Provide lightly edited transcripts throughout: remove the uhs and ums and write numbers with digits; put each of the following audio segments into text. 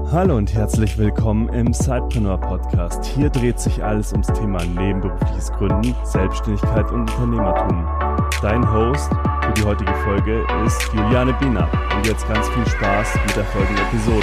Hallo und herzlich willkommen im Sidepreneur Podcast. Hier dreht sich alles ums Thema nebenberufliches Gründen, Selbstständigkeit und Unternehmertum. Dein Host für die heutige Folge ist Juliane Biener. Und jetzt ganz viel Spaß mit der folgenden Episode.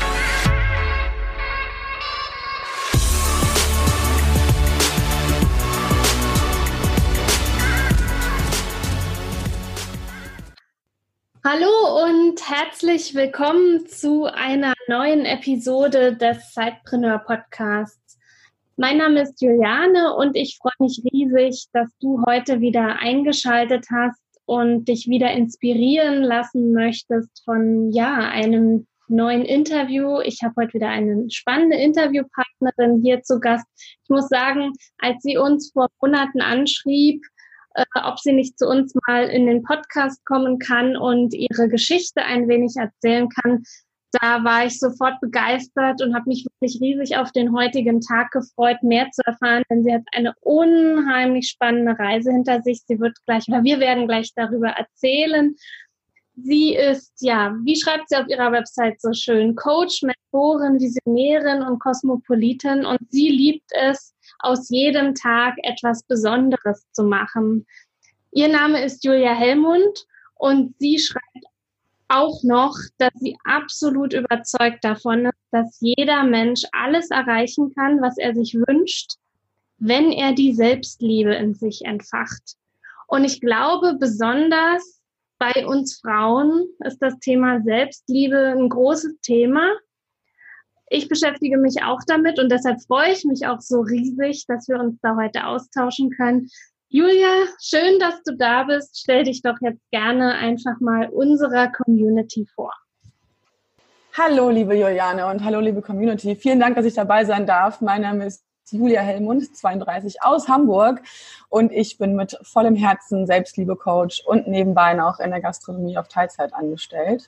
Hallo und herzlich willkommen zu einer neuen Episode des Sidepreneur Podcasts. Mein Name ist Juliane und ich freue mich riesig, dass du heute wieder eingeschaltet hast und dich wieder inspirieren lassen möchtest von einem neuen Interview. Ich habe heute wieder eine spannende Interviewpartnerin hier zu Gast. Ich muss sagen, als sie uns vor Monaten anschrieb, ob sie nicht zu uns mal in den Podcast kommen kann und ihre Geschichte ein wenig erzählen kann. Da war ich sofort begeistert und habe mich wirklich riesig auf den heutigen Tag gefreut, mehr zu erfahren, denn sie hat eine unheimlich spannende Reise hinter sich. Wir werden gleich darüber erzählen. Sie ist, wie schreibt sie auf ihrer Website so schön, Coach, Mentorin, Visionärin und Kosmopolitin, und sie liebt es, aus jedem Tag etwas Besonderes zu machen. Ihr Name ist Julia Hellmund und sie schreibt auch noch, dass sie absolut überzeugt davon ist, dass jeder Mensch alles erreichen kann, was er sich wünscht, wenn er die Selbstliebe in sich entfacht. Und ich glaube, besonders bei uns Frauen ist das Thema Selbstliebe ein großes Thema. Ich beschäftige mich auch damit und deshalb freue ich mich auch so riesig, dass wir uns da heute austauschen können. Julia, schön, dass du da bist. Stell dich doch jetzt gerne einfach mal unserer Community vor. Hallo, liebe Juliane, und hallo, liebe Community. Vielen Dank, dass ich dabei sein darf. Mein Name ist Julia Hellmund, 32, aus Hamburg, und ich bin mit vollem Herzen Selbstliebe-Coach und nebenbei noch in der Gastronomie auf Teilzeit angestellt.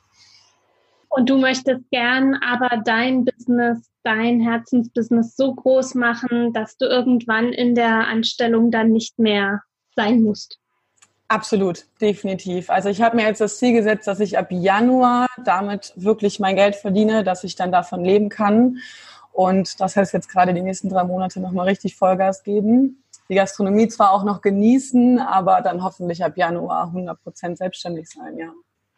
Und du möchtest gern aber dein Business, dein Herzensbusiness so groß machen, dass du irgendwann in der Anstellung dann nicht mehr sein musst. Absolut, definitiv. Also ich habe mir jetzt das Ziel gesetzt, dass ich ab Januar damit wirklich mein Geld verdiene, dass ich dann davon leben kann. Und das heißt jetzt gerade die nächsten 3 Monate nochmal richtig Vollgas geben. Die Gastronomie zwar auch noch genießen, aber dann hoffentlich ab Januar 100% selbstständig sein, ja.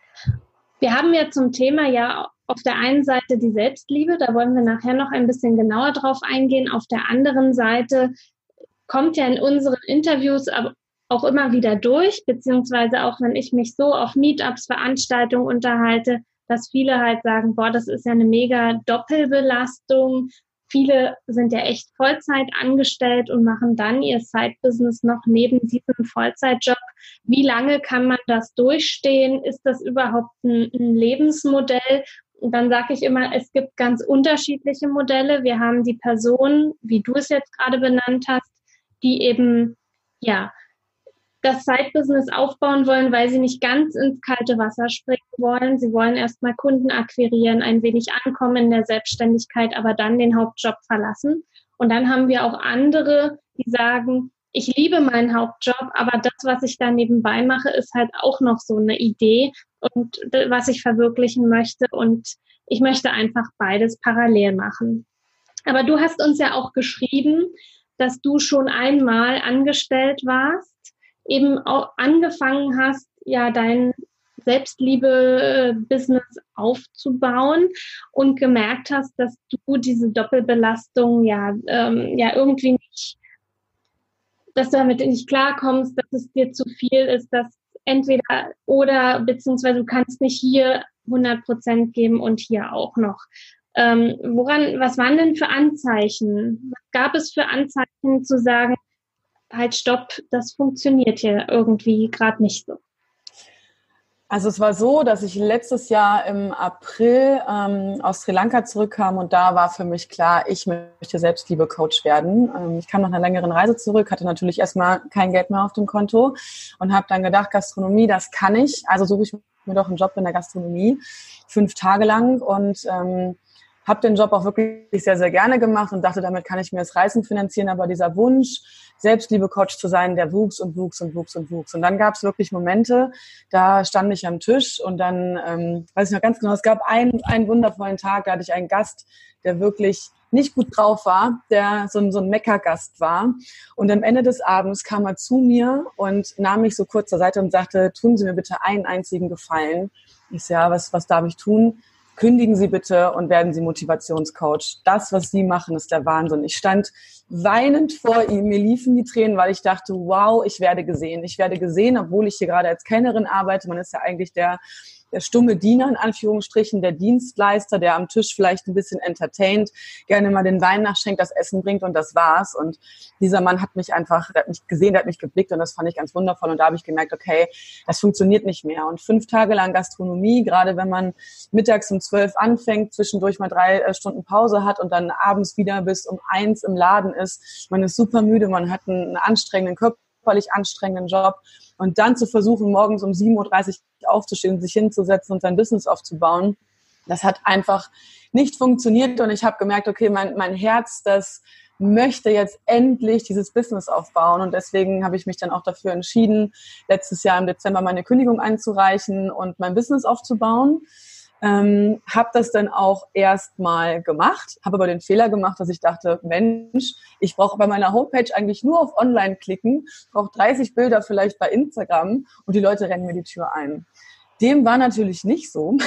Wir haben ja zum Thema auf der einen Seite die Selbstliebe, da wollen wir nachher noch ein bisschen genauer drauf eingehen. Auf der anderen Seite kommt ja in unseren Interviews aber auch immer wieder durch, beziehungsweise auch wenn ich mich so auf Meetups, Veranstaltungen unterhalte, dass viele halt sagen, das ist ja eine mega Doppelbelastung. Viele sind ja echt Vollzeit angestellt und machen dann ihr Side-Business noch neben diesem Vollzeitjob. Wie lange kann man das durchstehen? Ist das überhaupt ein Lebensmodell? Und dann sage ich immer, es gibt ganz unterschiedliche Modelle. Wir haben die Personen, wie du es jetzt gerade benannt hast, die eben, das Side-Business aufbauen wollen, weil sie nicht ganz ins kalte Wasser springen wollen. Sie wollen erstmal Kunden akquirieren, ein wenig ankommen in der Selbstständigkeit, aber dann den Hauptjob verlassen. Und dann haben wir auch andere, die sagen, ich liebe meinen Hauptjob, aber das, was ich da nebenbei mache, ist halt auch noch so eine Idee und was ich verwirklichen möchte. Und ich möchte einfach beides parallel machen. Aber du hast uns ja auch geschrieben, dass du schon einmal angestellt warst, eben auch angefangen hast, dein Selbstliebe-Business aufzubauen und gemerkt hast, dass du diese Doppelbelastung irgendwie nicht, dass du damit nicht klarkommst, dass es dir zu viel ist, dass entweder oder, beziehungsweise du kannst nicht hier 100% geben und hier auch noch. Was waren denn für Anzeichen? Was gab es für Anzeichen zu sagen, halt stopp, das funktioniert hier irgendwie gerade nicht so? Also es war so, dass ich letztes Jahr im April aus Sri Lanka zurückkam und da war für mich klar, ich möchte Selbstliebe-Coach werden. Ich kam nach einer längeren Reise zurück, hatte natürlich erstmal kein Geld mehr auf dem Konto und habe dann gedacht, Gastronomie, das kann ich. Also suche ich mir doch einen Job in der Gastronomie, 5 Tage lang, und habe den Job auch wirklich sehr, sehr gerne gemacht und dachte, damit kann ich mir das Reisen finanzieren. Aber dieser Wunsch, Selbstliebe-Coach zu sein, der wuchs und wuchs und wuchs und wuchs. Und dann gab es wirklich Momente, da stand ich am Tisch und dann, weiß ich noch ganz genau, es gab einen wundervollen Tag, da hatte ich einen Gast, der wirklich nicht gut drauf war, der so ein Meckergast war. Und am Ende des Abends kam er zu mir und nahm mich so kurz zur Seite und sagte, tun Sie mir bitte einen einzigen Gefallen. Ich so, ja, was darf ich tun? Kündigen Sie bitte und werden Sie Motivationscoach. Das, was Sie machen, ist der Wahnsinn. Ich stand weinend vor ihm, mir liefen die Tränen, weil ich dachte, wow, ich werde gesehen. Ich werde gesehen, obwohl ich hier gerade als Kellnerin arbeite. Man ist ja eigentlich der stumme Diener, in Anführungsstrichen, der Dienstleister, der am Tisch vielleicht ein bisschen entertaint, gerne mal den Wein nachschenkt, das Essen bringt und das war's. Und dieser Mann hat mich gesehen, der hat mich geblickt und das fand ich ganz wundervoll. Und da habe ich gemerkt, okay, das funktioniert nicht mehr. Und 5 Tage lang Gastronomie, gerade wenn man mittags um 12 anfängt, zwischendurch mal 3 Stunden Pause hat und dann abends wieder bis um 1 im Laden ist, man ist super müde, man hat einen anstrengenden körperlich anstrengenden Job und dann zu versuchen, morgens um 7:30 Uhr aufzustehen, sich hinzusetzen und sein Business aufzubauen, das hat einfach nicht funktioniert und ich habe gemerkt, okay, mein Herz, das möchte jetzt endlich dieses Business aufbauen und deswegen habe ich mich dann auch dafür entschieden, letztes Jahr im Dezember meine Kündigung einzureichen und mein Business aufzubauen. Habe das dann auch erstmal gemacht, habe aber den Fehler gemacht, dass ich dachte, Mensch, ich brauche bei meiner Homepage eigentlich nur auf Online klicken, brauche 30 Bilder vielleicht bei Instagram und die Leute rennen mir die Tür ein. Dem war natürlich nicht so.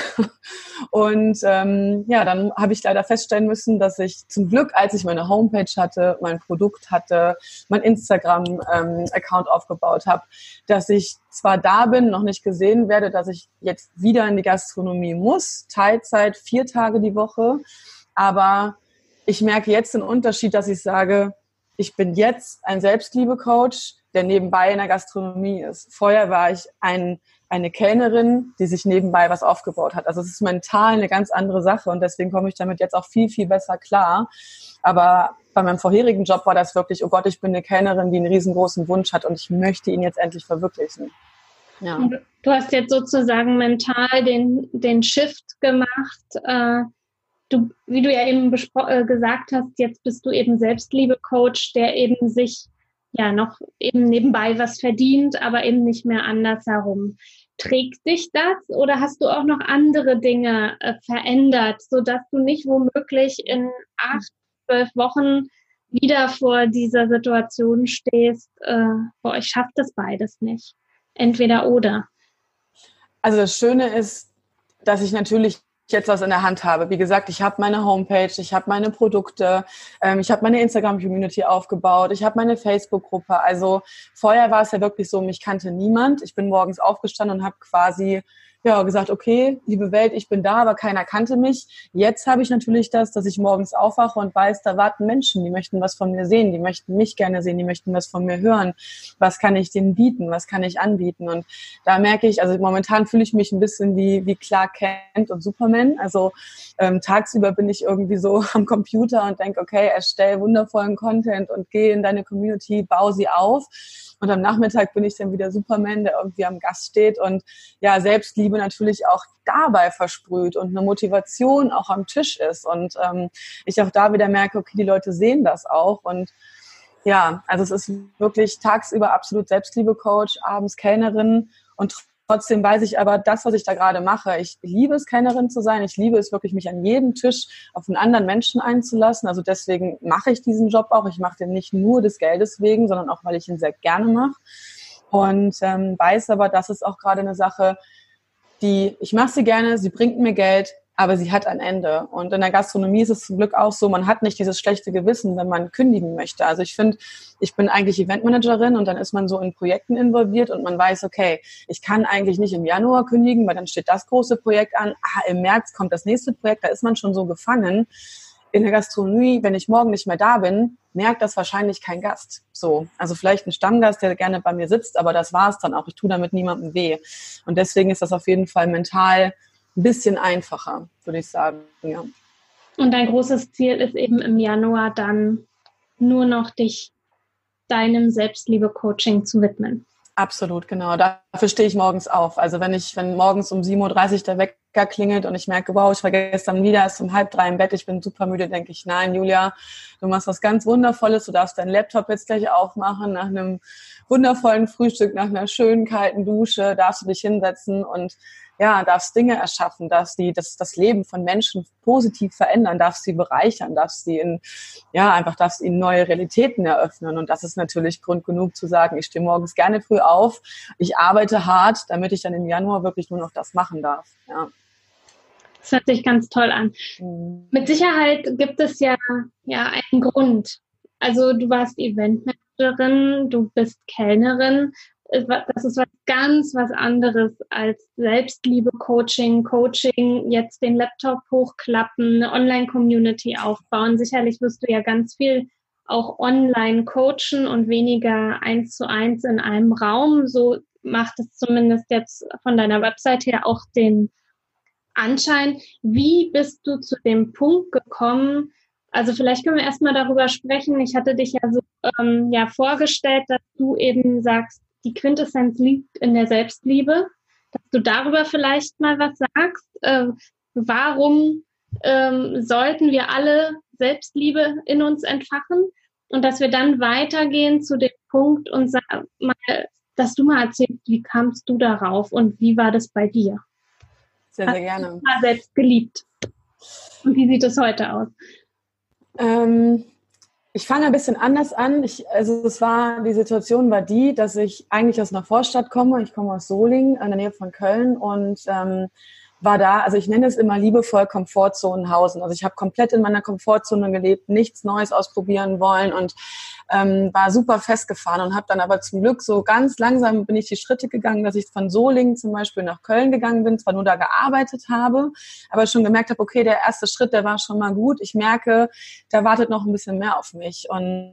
Und dann habe ich leider feststellen müssen, dass ich zum Glück, als ich meine Homepage hatte, mein Produkt hatte, mein Instagram-Account aufgebaut habe, dass ich zwar da bin, noch nicht gesehen werde, dass ich jetzt wieder in die Gastronomie muss, Teilzeit, 4 Tage die Woche. Aber ich merke jetzt den Unterschied, dass ich sage, ich bin jetzt ein Selbstliebe-Coach, der nebenbei in der Gastronomie ist. Vorher war ich eine Kellnerin, die sich nebenbei was aufgebaut hat. Also es ist mental eine ganz andere Sache und deswegen komme ich damit jetzt auch viel, viel besser klar. Aber bei meinem vorherigen Job war das wirklich, oh Gott, ich bin eine Kellnerin, die einen riesengroßen Wunsch hat und ich möchte ihn jetzt endlich verwirklichen. Ja. Und du hast jetzt sozusagen mental den Shift gemacht. Wie du ja eben gesagt hast, jetzt bist du eben Selbstliebe-Coach, der eben sich ja noch eben nebenbei was verdient, aber eben nicht mehr andersherum. Trägt dich das oder hast du auch noch andere Dinge verändert, sodass du nicht womöglich in 8, 12 Wochen wieder vor dieser Situation stehst, ich schaffe das beides nicht. Entweder oder. Also das Schöne ist, dass ich natürlich jetzt was in der Hand habe. Wie gesagt, ich habe meine Homepage, ich habe meine Produkte, ich habe meine Instagram-Community aufgebaut, ich habe meine Facebook-Gruppe. Also vorher war es ja wirklich so, mich kannte niemand. Ich bin morgens aufgestanden und habe quasi gesagt, okay, liebe Welt, ich bin da, aber keiner kannte mich. Jetzt habe ich natürlich das, dass ich morgens aufwache und weiß, da warten Menschen, die möchten was von mir sehen, die möchten mich gerne sehen, die möchten was von mir hören. Was kann ich denen bieten? Was kann ich anbieten? Und da merke ich, also momentan fühle ich mich ein bisschen wie Clark Kent und Superman. Also tagsüber bin ich irgendwie so am Computer und denke, okay, erstell wundervollen Content und geh in deine Community, bau sie auf. Und am Nachmittag bin ich dann wieder Superman, der irgendwie am Gast steht und ja, Selbstliebe natürlich auch dabei versprüht und eine Motivation auch am Tisch ist. Und ich auch da wieder merke, okay, die Leute sehen das auch. Und ja, also es ist wirklich tagsüber absolut Selbstliebe-Coach, abends Kellnerin und trotzdem weiß ich aber, das, was ich da gerade mache, ich liebe es, Kellnerin zu sein. Ich liebe es wirklich, mich an jedem Tisch auf einen anderen Menschen einzulassen. Also deswegen mache ich diesen Job auch. Ich mache den nicht nur des Geldes wegen, sondern auch, weil ich ihn sehr gerne mache. Und weiß aber, das ist auch gerade eine Sache, ich mache sie gerne, sie bringt mir Geld, aber sie hat ein Ende. Und in der Gastronomie ist es zum Glück auch so, man hat nicht dieses schlechte Gewissen, wenn man kündigen möchte. Also ich finde, ich bin eigentlich Eventmanagerin und dann ist man so in Projekten involviert und man weiß, okay, ich kann eigentlich nicht im Januar kündigen, weil dann steht das große Projekt an. Im März kommt das nächste Projekt, da ist man schon so gefangen. In der Gastronomie, wenn ich morgen nicht mehr da bin, merkt das wahrscheinlich kein Gast. So, also vielleicht ein Stammgast, der gerne bei mir sitzt, aber das war es dann auch. Ich tue damit niemandem weh. Und deswegen ist das auf jeden Fall mental ein bisschen einfacher, würde ich sagen, ja. Und dein großes Ziel ist eben im Januar dann nur noch dich deinem Selbstliebe-Coaching zu widmen. Absolut, genau. Dafür stehe ich morgens auf. Also wenn morgens um 7:30 Uhr der Wecker Wecker klingelt und ich merke, wow, ich war gestern wieder erst um 2:30 im Bett, ich bin super müde, denke ich, nein, Julia, du machst was ganz Wundervolles, du darfst deinen Laptop jetzt gleich aufmachen, nach einem wundervollen Frühstück, nach einer schönen kalten Dusche, darfst du dich hinsetzen und ja, darfst Dinge erschaffen, darfst das Leben von Menschen positiv verändern, darfst sie bereichern, darfst ihnen neue Realitäten eröffnen. Und das ist natürlich Grund genug zu sagen, ich stehe morgens gerne früh auf, ich arbeite hart, damit ich dann im Januar wirklich nur noch das machen darf. Ja. Das hört sich ganz toll an. Mit Sicherheit gibt es ja einen Grund. Also du warst Eventmanagerin, du bist Kellnerin. Das ist was anderes als Selbstliebe-Coaching, jetzt den Laptop hochklappen, eine Online-Community aufbauen. Sicherlich wirst du ja ganz viel auch online coachen und weniger 1:1 in einem Raum. So macht es zumindest jetzt von deiner Website her auch den Anschein. Wie bist du zu dem Punkt gekommen? Also vielleicht können wir erstmal darüber sprechen. Ich hatte dich ja so vorgestellt, dass du eben sagst, die Quintessenz liegt in der Selbstliebe, dass du darüber vielleicht mal was sagst. Warum sollten wir alle Selbstliebe in uns entfachen? Und dass wir dann weitergehen zu dem Punkt und dass du mal erzählst, wie kamst du darauf und wie war das bei dir? Sehr, sehr gerne. Hast du mal selbst geliebt? Und wie sieht es heute aus? Ich fange ein bisschen anders an. Die Situation war die, dass ich eigentlich aus einer Vorstadt komme. Ich komme aus Solingen, in der Nähe von Köln und war da, also ich nenne es immer liebevoll Komfortzonenhausen. Also ich habe komplett in meiner Komfortzone gelebt, nichts Neues ausprobieren wollen und war super festgefahren und habe dann aber zum Glück so ganz langsam bin ich die Schritte gegangen, dass ich von Solingen zum Beispiel nach Köln gegangen bin, zwar nur da gearbeitet habe, aber schon gemerkt habe, okay, der erste Schritt, der war schon mal gut. Ich merke, da wartet noch ein bisschen mehr auf mich und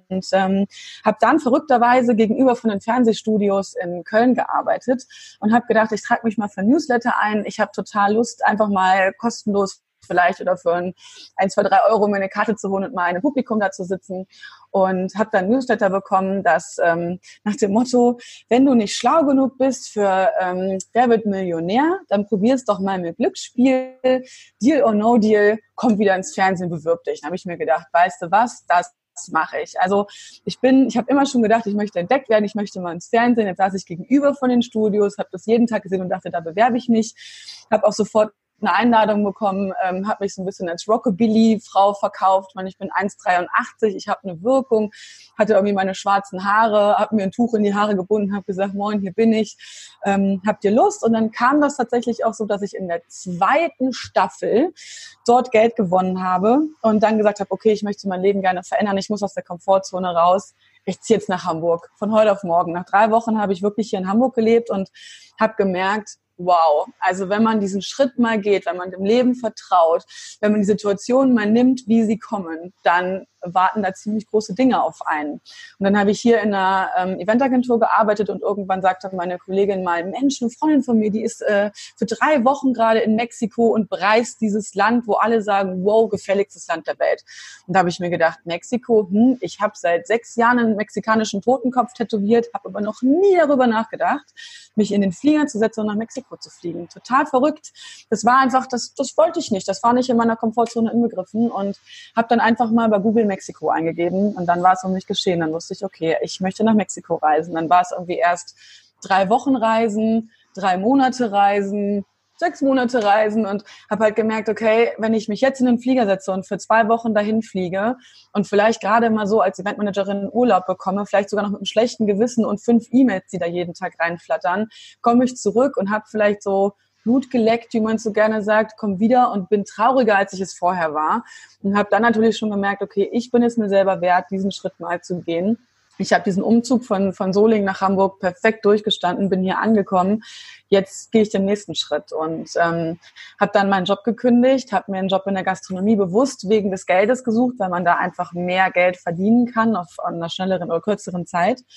habe dann verrückterweise gegenüber von den Fernsehstudios in Köln gearbeitet und habe gedacht, ich trage mich mal für ein Newsletter ein. Ich habe total Lust, einfach mal kostenlos vielleicht oder für 1, 2, 3 Euro mir eine Karte zu holen und mal in einem Publikum da zu sitzen und habe dann Newsletter bekommen, dass nach dem Motto, wenn du nicht schlau genug bist für Wer wird Millionär, dann probier's doch mal mit Glücksspiel, Deal or No Deal, komm wieder ins Fernsehen, bewirb dich. Dann habe ich mir gedacht, weißt du was, das mache ich. Also ich habe immer schon gedacht, ich möchte entdeckt werden, ich möchte mal ins Fernsehen. Jetzt saß ich gegenüber von den Studios, habe das jeden Tag gesehen und dachte, da bewerbe ich mich. Habe auch sofort eine Einladung bekommen, habe mich so ein bisschen als Rockabilly-Frau verkauft. Ich bin 1,83, ich habe eine Wirkung, hatte irgendwie meine schwarzen Haare, habe mir ein Tuch in die Haare gebunden, habe gesagt, moin, hier bin ich, habt ihr Lust? Und dann kam das tatsächlich auch so, dass ich in der 2. Staffel dort Geld gewonnen habe und dann gesagt habe, okay, ich möchte mein Leben gerne verändern, ich muss aus der Komfortzone raus. Ich ziehe jetzt nach Hamburg, von heute auf morgen. Nach 3 Wochen habe ich wirklich hier in Hamburg gelebt und habe gemerkt, wow, also wenn man diesen Schritt mal geht, wenn man dem Leben vertraut, wenn man die Situationen mal nimmt, wie sie kommen, dann warten da ziemlich große Dinge auf einen. Und dann habe ich hier in einer Eventagentur gearbeitet und irgendwann sagte meine Kollegin mal, Mensch, eine Freundin von mir, die ist für 3 Wochen gerade in Mexiko und bereist dieses Land, wo alle sagen, wow, gefälligstes Land der Welt. Und da habe ich mir gedacht, Mexiko, ich habe seit 6 Jahren einen mexikanischen Totenkopf tätowiert, habe aber noch nie darüber nachgedacht, mich in den Flieger zu setzen und nach Mexiko zu fliegen. Total verrückt. Das war einfach, das wollte ich nicht. Das war nicht in meiner Komfortzone inbegriffen und habe dann einfach mal bei Google Mexiko eingegeben und dann war es um mich geschehen. Dann wusste ich, okay, ich möchte nach Mexiko reisen. Dann war es irgendwie erst 3 Wochen Reisen, 3 Monate Reisen, 6 Monate Reisen und habe halt gemerkt, okay, wenn ich mich jetzt in den Flieger setze und für 2 Wochen dahin fliege und vielleicht gerade mal so als Eventmanagerin Urlaub bekomme, vielleicht sogar noch mit einem schlechten Gewissen und 5 E-Mails, die da jeden Tag reinflattern, komme ich zurück und habe vielleicht so Blut geleckt, wie man so gerne sagt, komme wieder und bin trauriger, als ich es vorher war. Und habe dann natürlich schon gemerkt, okay, ich bin es mir selber wert, diesen Schritt mal zu gehen. Ich habe diesen Umzug von Solingen nach Hamburg perfekt durchgestanden, bin hier angekommen. Jetzt gehe ich den nächsten Schritt und habe dann meinen Job gekündigt, habe mir einen Job in der Gastronomie bewusst wegen des Geldes gesucht, weil man da einfach mehr Geld verdienen kann auf einer schnelleren oder kürzeren Zeit.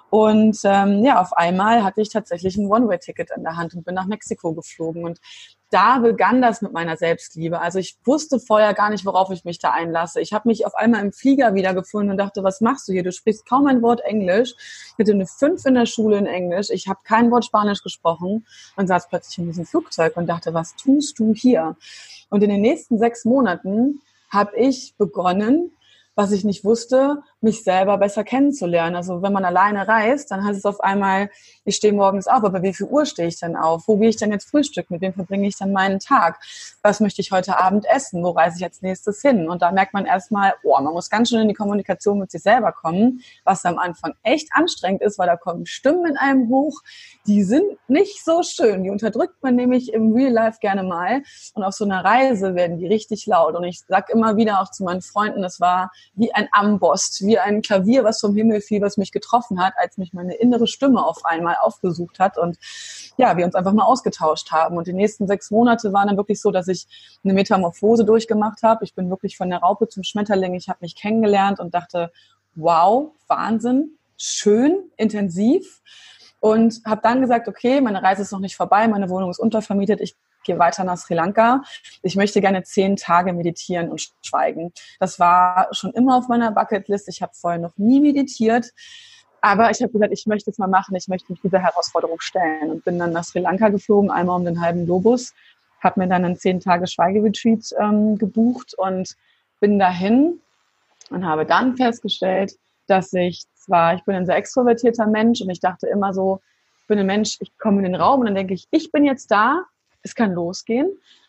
Und auf einmal hatte ich tatsächlich ein One-Way-Ticket in der Hand und bin nach Mexiko geflogen. Und da begann das mit meiner Selbstliebe. Also ich wusste vorher gar nicht, worauf ich mich da einlasse. Ich habe mich auf einmal im Flieger wiedergefunden und dachte, was machst du hier? Du sprichst kaum ein Wort Englisch. Ich hatte eine 5 in der Schule in Englisch. Ich habe kein Wort Spanisch gesprochen und saß plötzlich in diesem Flugzeug und dachte, was tust du hier? Und in den nächsten 6 Monaten habe ich begonnen, was ich nicht wusste, mich selber besser kennenzulernen. Also wenn man alleine reist, dann heißt es auf einmal, ich stehe morgens auf, aber wie viel Uhr stehe ich denn auf? Wo gehe ich denn jetzt frühstücken? Mit wem verbringe ich dann meinen Tag? Was möchte ich heute Abend essen? Wo reise ich als nächstes hin? Und da merkt man erstmal, man muss ganz schön in die Kommunikation mit sich selber kommen, was am Anfang echt anstrengend ist, weil da kommen Stimmen in einem hoch, die sind nicht so schön. Die unterdrückt man nämlich im Real Life gerne mal. Und auf so einer Reise werden die richtig laut. Und ich sage immer wieder auch zu meinen Freunden, es war wie ein Amboss, wie ein Klavier, was vom Himmel fiel, was mich getroffen hat, als mich meine innere Stimme auf einmal aufgesucht hat und wir uns einfach mal ausgetauscht haben. Und die nächsten 6 Monate waren dann wirklich so, dass ich eine Metamorphose durchgemacht habe. Ich bin wirklich von der Raupe zum Schmetterling. Ich habe mich kennengelernt und dachte, wow, Wahnsinn, schön, intensiv. Und habe dann gesagt, okay, meine Reise ist noch nicht vorbei, meine Wohnung ist untervermietet, ich gehe weiter nach Sri Lanka. Ich möchte gerne 10 Tage meditieren und schweigen. Das war schon immer auf meiner Bucketlist. Ich habe vorher noch nie meditiert. Aber ich habe gesagt, ich möchte es mal machen. Ich möchte mich dieser Herausforderung stellen. Und bin dann nach Sri Lanka geflogen, einmal um den halben Globus. Habe mir dann einen 10 Tage Schweigeretreat gebucht und bin dahin und habe dann festgestellt, dass ich bin ein sehr extrovertierter Mensch und ich dachte immer so, ich bin ein Mensch, ich komme in den Raum und dann denke ich bin jetzt da, es kann losgehen.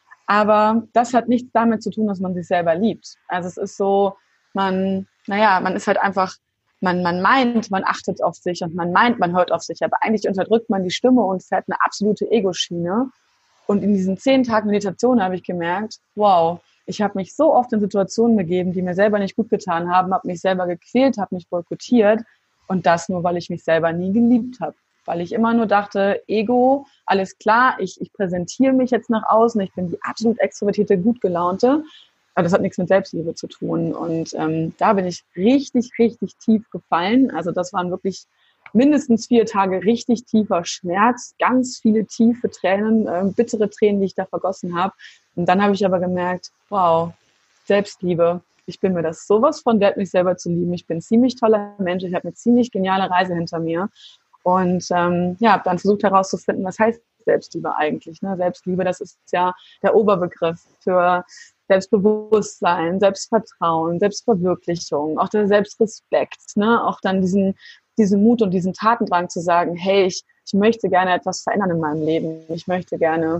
Aber das hat nichts damit zu tun, dass man sich selber liebt. Also es ist so, man ist halt einfach, man meint, man achtet auf sich und man meint, man hört auf sich, aber eigentlich unterdrückt man die Stimme und fährt eine absolute Ego-Schiene. Und in diesen 10 Tagen Meditation habe ich gemerkt, wow, ich habe mich so oft in Situationen begeben, die mir selber nicht gut getan haben, habe mich selber gequält, habe mich boykottiert und das nur, weil ich mich selber nie geliebt habe. Weil ich immer nur dachte, Ego, alles klar, ich präsentiere mich jetzt nach außen, ich bin die absolut extrovertierte, gut gelaunte, aber das hat nichts mit Selbstliebe zu tun. Und da bin ich richtig, richtig tief gefallen. Also das waren wirklich mindestens 4 Tage richtig tiefer Schmerz, ganz viele tiefe Tränen, bittere Tränen, die ich da vergossen habe. Und dann habe ich aber gemerkt, wow, Selbstliebe, ich bin mir das sowas von wert, mich selber zu lieben. Ich bin ein ziemlich toller Mensch, ich habe eine ziemlich geniale Reise hinter mir. Und habe dann versucht herauszufinden, was heißt Selbstliebe eigentlich. Ne? Selbstliebe, das ist ja der Oberbegriff für Selbstbewusstsein, Selbstvertrauen, Selbstverwirklichung, auch der Selbstrespekt, ne? Auch dann diesen Mut und diesen Tatendrang zu sagen, hey, ich möchte gerne etwas verändern in meinem Leben. Ich möchte gerne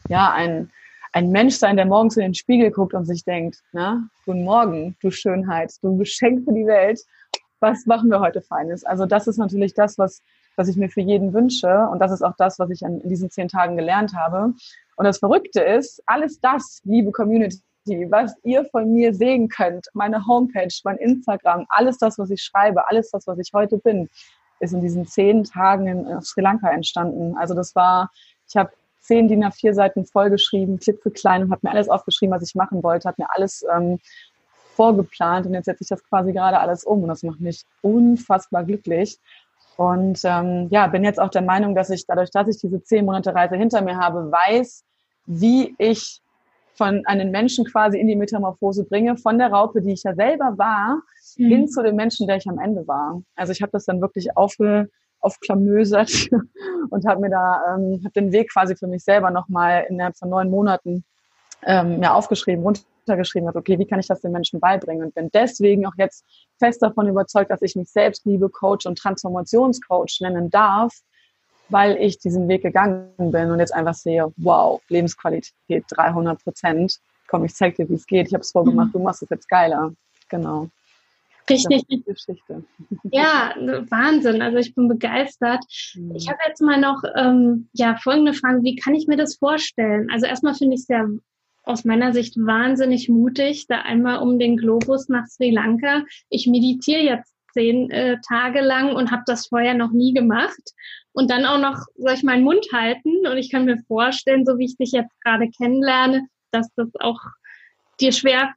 ein Mensch sein, der morgens in den Spiegel guckt und sich denkt, na, guten Morgen, du Schönheit, du Geschenk für die Welt. Was machen wir heute Feines? Also das ist natürlich das, was ich mir für jeden wünsche. Und das ist auch das, was ich in diesen 10 Tagen gelernt habe. Und das Verrückte ist, alles das, liebe Community, was ihr von mir sehen könnt, meine Homepage, mein Instagram, alles das, was ich schreibe, alles das, was ich heute bin, ist in diesen 10 Tagen in Sri Lanka entstanden. Also ich habe 10 DIN A4 Seiten vollgeschrieben, klipp für klein und habe mir alles aufgeschrieben, was ich machen wollte, habe mir alles vorgeplant und jetzt setze ich das quasi gerade alles um und das macht mich unfassbar glücklich. Und bin jetzt auch der Meinung, dass ich dadurch, dass ich diese 10 Monate Reise hinter mir habe, weiß, wie ich von einem Menschen quasi in die Metamorphose bringe, von der Raupe, die ich ja selber war, hin zu dem Menschen, der ich am Ende war. Also ich habe das dann wirklich aufklamösert und habe den Weg quasi für mich selber nochmal innerhalb von 9 Monaten aufgeschrieben, runtergeschrieben habe, okay, wie kann ich das den Menschen beibringen? Und bin deswegen auch jetzt fest davon überzeugt, dass ich mich Selbstliebe Coach und Transformationscoach nennen darf, weil ich diesen Weg gegangen bin und jetzt einfach sehe, wow, Lebensqualität 300%. Komm, ich zeig dir, wie es geht. Ich habe es vorgemacht, du machst es jetzt geiler. Genau. Richtig. Geschichte. Ja, Wahnsinn. Also ich bin begeistert. Ich habe jetzt mal noch folgende Frage. Wie kann ich mir das vorstellen? Also erstmal finde ich es ja aus meiner Sicht wahnsinnig mutig, da einmal um den Globus nach Sri Lanka. Ich meditiere jetzt 10 Tage lang und habe das vorher noch nie gemacht. Und dann auch noch, soll ich meinen Mund halten? Und ich kann mir vorstellen, so wie ich dich jetzt gerade kennenlerne, dass das auch dir schwer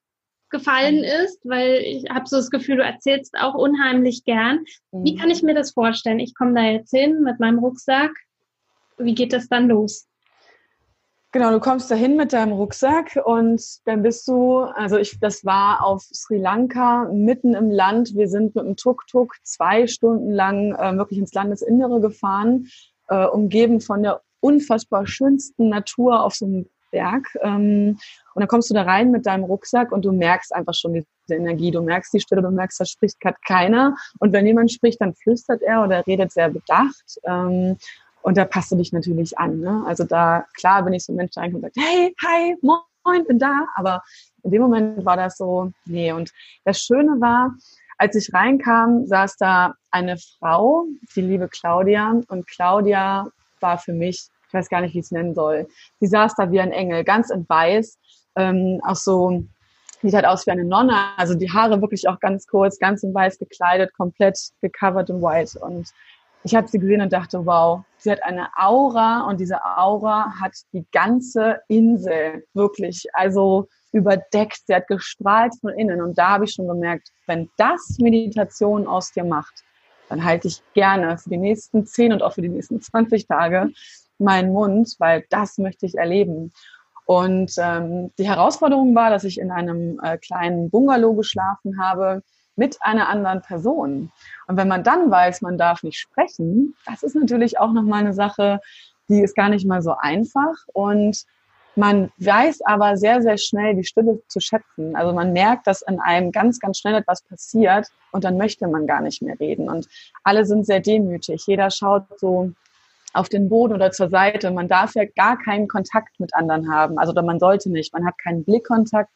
gefallen ist, weil ich habe so das Gefühl, du erzählst auch unheimlich gern. Wie kann ich mir das vorstellen? Ich komme da jetzt hin mit meinem Rucksack. Wie geht das dann los? Genau, du kommst dahin mit deinem Rucksack und dann bist du, das war auf Sri Lanka, mitten im Land. Wir sind mit dem Tuk-Tuk 2 Stunden lang wirklich ins Landesinnere gefahren, umgeben von der unfassbar schönsten Natur auf so einem Berg. Und dann kommst du da rein mit deinem Rucksack und du merkst einfach schon diese Energie. Du merkst die Stille, du merkst, da spricht gerade keiner. Und wenn jemand spricht, dann flüstert er oder redet sehr bedacht. Und da passt du dich natürlich an. Ne? Also da, klar bin ich so ein Mensch, der eigentlich sagt, hey, hi, moin, bin da. Aber in dem Moment war das so, nee. Und das Schöne war, als ich reinkam, saß da eine Frau, die liebe Claudia. Und Claudia war für mich, ich weiß gar nicht, wie ich es nennen soll. Sie saß da wie ein Engel, ganz in weiß, auch so, sieht halt aus wie eine Nonne. Also die Haare wirklich auch ganz kurz, ganz in weiß gekleidet, komplett gecovert in white. Und ich habe sie gesehen und dachte, wow, sie hat eine Aura und diese Aura hat die ganze Insel wirklich, also überdeckt. Sie hat gestrahlt von innen und da habe ich schon gemerkt, wenn das Meditation aus dir macht, dann halte ich gerne für die nächsten 10 und auch für die nächsten 20 Tage meinen Mund, weil das möchte ich erleben. Und die Herausforderung war, dass ich in einem kleinen Bungalow geschlafen habe, mit einer anderen Person. Und wenn man dann weiß, man darf nicht sprechen, das ist natürlich auch nochmal eine Sache, die ist gar nicht mal so einfach. Und man weiß aber sehr, sehr schnell die Stille zu schätzen. Also man merkt, dass in einem ganz, ganz schnell etwas passiert und dann möchte man gar nicht mehr reden. Und alle sind sehr demütig. Jeder schaut so auf den Boden oder zur Seite. Man darf ja gar keinen Kontakt mit anderen haben. Also man sollte nicht. Man hat keinen Blickkontakt,